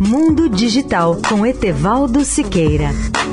Mundo Digital com Etevaldo Siqueira.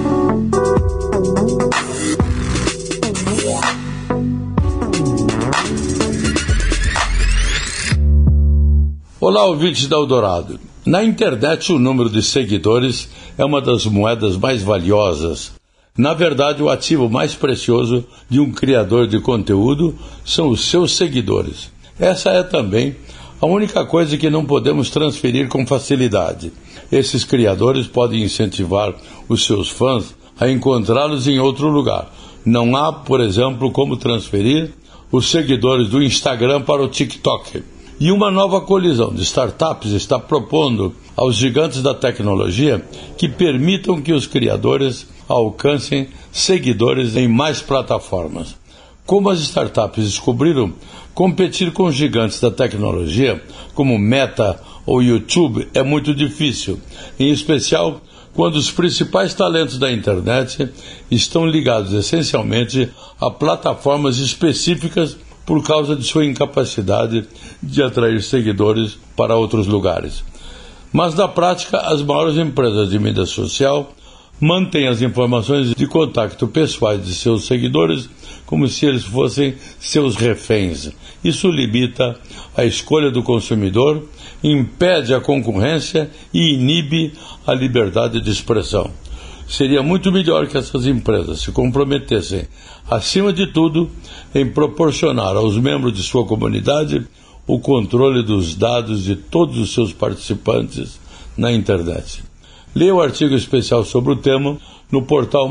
Olá, ouvintes da Eldorado. Na internet, o número de seguidores é uma das moedas mais valiosas. Na verdade, o ativo mais precioso de um criador de conteúdo são os seus seguidores. Essa é também a única coisa que não podemos transferir com facilidade. Esses criadores podem incentivar os seus fãs a encontrá-los em outro lugar. Não há, por exemplo, como transferir os seguidores do Instagram para o TikTok. E uma nova colisão de startups está propondo aos gigantes da tecnologia que permitam que os criadores alcancem seguidores em mais plataformas. Como as startups descobriram, competir com os gigantes da tecnologia, como Meta ou YouTube, é muito difícil, em especial quando os principais talentos da internet estão ligados essencialmente a plataformas específicas por causa de sua incapacidade de atrair seguidores para outros lugares. Mas, na prática, as maiores empresas de mídia social mantêm as informações de contato pessoais de seus seguidores como se eles fossem seus reféns. Isso limita a escolha do consumidor, impede a concorrência e inibe a liberdade de expressão. Seria muito melhor que essas empresas se comprometessem, acima de tudo, em proporcionar aos membros de sua comunidade o controle dos dados de todos os seus participantes na internet. Leia o artigo especial sobre o tema no portal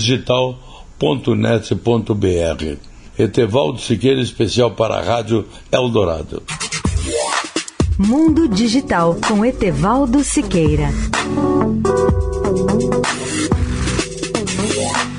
mundodigital.net.br. Etevaldo Siqueira, especial para a Rádio Eldorado. Mundo Digital com Etevaldo Siqueira.